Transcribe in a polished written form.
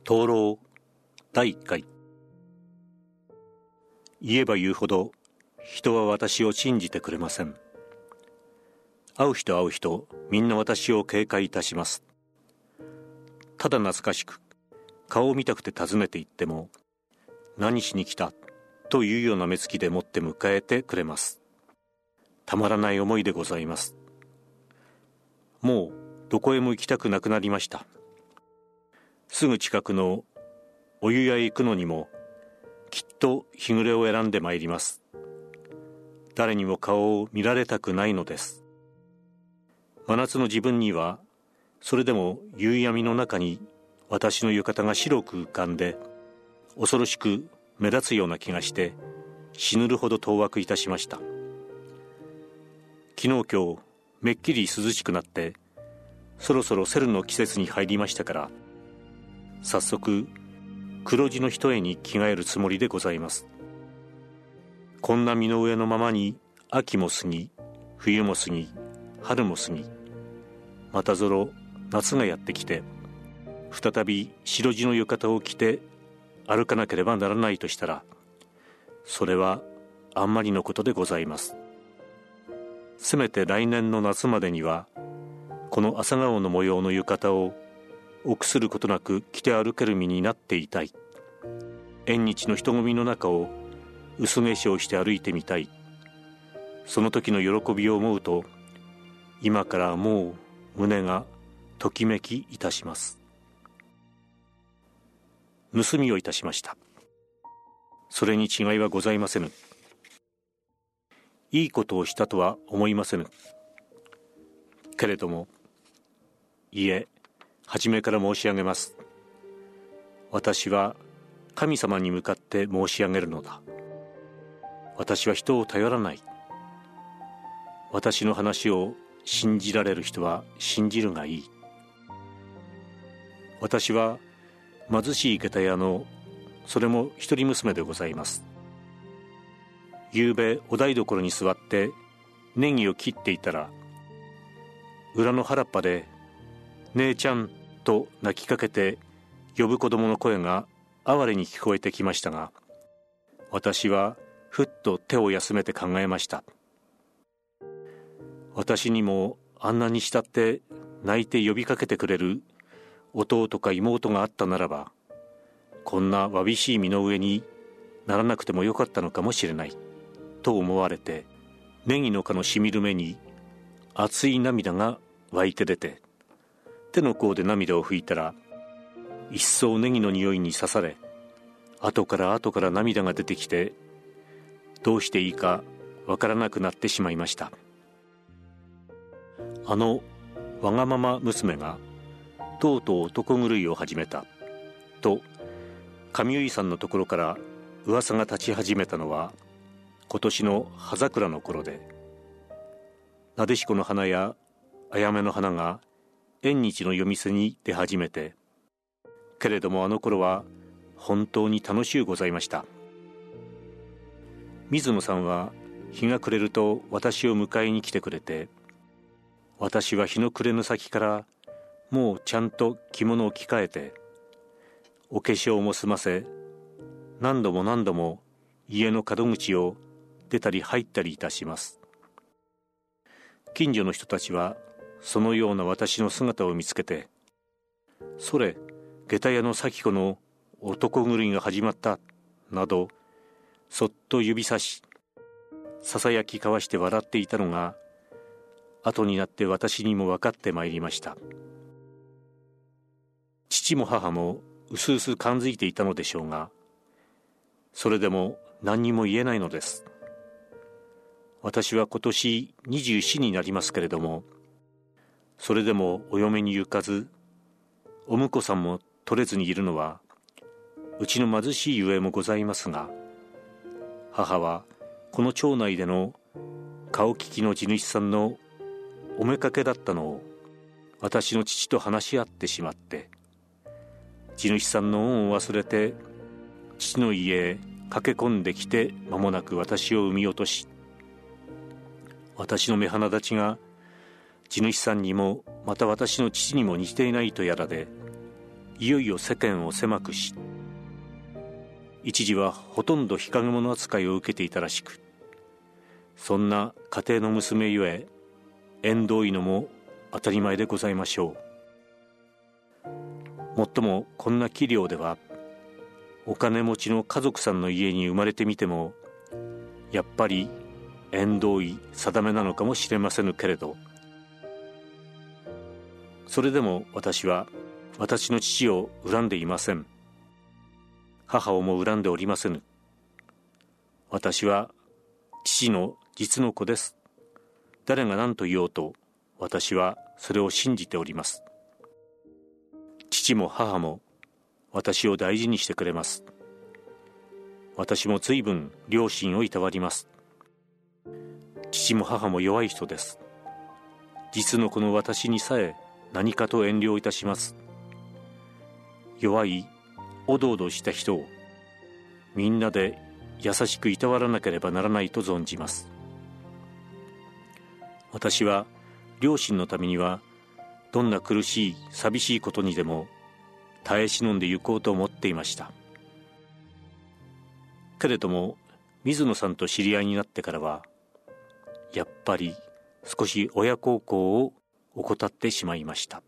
灯籠第1回。言えば言うほど人は私を信じてくれません。会う人会う人みんな私を警戒いたします。ただ懐かしく顔を見たくて訪ねて行っても、何しに来たというような目つきでもって迎えてくれます。たまらない思いでございます。もうどこへも行きたくなくなりました。すぐ近くのお湯屋へ行くのにもきっと日暮れを選んでまいります。誰にも顔を見られたくないのです。真夏の自分にはそれでも夕闇の中に私の浴衣が白く浮かんで恐ろしく目立つような気がして死ぬるほど当惑いたしました。昨日今日めっきり涼しくなってそろそろセルの季節に入りましたから、早速黒地の一重に着替えるつもりでございます。こんな身の上のままに秋も過ぎ冬も過ぎ春も過ぎ、またぞろ夏がやってきて再び白地の浴衣を着て歩かなければならないとしたら、それはあんまりのことでございます。せめて来年の夏までにはこの朝顔の模様の浴衣を臆することなく着て歩ける身になっていたい。縁日の人混みの中を薄化粧して歩いてみたい。その時の喜びを思うと今からもう胸がときめきいたします。盗みをいたしました。それに違いはございませぬ。いいことをしたとは思いませぬ。けれども、いえ、初めから申し上げます。私は神様に向かって申し上げるのだ。私は人を頼らない。私の話を信じられる人は信じるがいい。私は貧しい下駄屋のそれも一人娘でございます。ゆうべお台所に座ってネギを切っていたら、裏の原っぱで姉ちゃんと泣きかけて呼ぶ子供の声が哀れに聞こえてきましたが、私はふっと手を休めて考えました。私にもあんなに慕って泣いて呼びかけてくれる弟か妹があったならば、こんなわびしい身の上にならなくてもよかったのかもしれないと思われて、ネギの葉のしみる目に熱い涙が湧いて出て、手の甲で涙を拭いたら一層ネギの匂いに刺され、後から涙が出てきて、どうしていいかわからなくなってしまいました。あのわがまま娘がとうとう男狂いを始めたと上結さんのところから噂が立ち始めたのは今年の葉桜の頃で、なでしこの花やあやめの花が縁日の夜店に出始めて、けれどもあの頃は本当に楽しゅうございました。水野さんは日が暮れると私を迎えに来てくれて、私は日の暮れの先からもうちゃんと着物を着替えてお化粧も済ませ、何度も家の門口を出たり入ったりいたします。近所の人たちはそのような私の姿を見つけて、それ下駄屋の咲子の男狂いが始まったなどそっと指さしささやき交わして笑っていたのが、後になって私にも分かってまいりました。父も母もうすうす感づいていたのでしょうが、それでも何にも言えないのです。私は今年24になりますけれども、それでもお嫁に行かずお婿さんも取れずにいるのはうちの貧しいゆえもございますが、母はこの町内での顔利きの地主さんのおめかけだったのを私の父と話し合ってしまって、地主さんの恩を忘れて父の家へ駆け込んできて間もなく私を産み落とし、私の目鼻立ちが地主さんにもまた私の父にも似ていないとやらでいよいよ世間を狭くし、一時はほとんど日陰者扱いを受けていたらしく、そんな家庭の娘ゆえ縁遠いのも当たり前でございましょう。もっともこんな器量では、お金持ちの家族さんの家に生まれてみてもやっぱり縁遠い定めなのかもしれませぬけれど、それでも私は私の父を恨んでいません。母をも恨んでおりませぬ。私は父の実の子です。誰が何と言おうと私はそれを信じております。父も母も私を大事にしてくれます。私も随分両親をいたわります。父も母も弱い人です。実の子の私にさえ何かと遠慮いたします。弱いおどおどした人をみんなで優しくいたわらなければならないと存じます。私は両親のためにはどんな苦しい寂しいことにでも耐え忍んで行こうと思っていました。けれども水野さんと知り合いになってからはやっぱり少し親孝行を怠ってしまいました。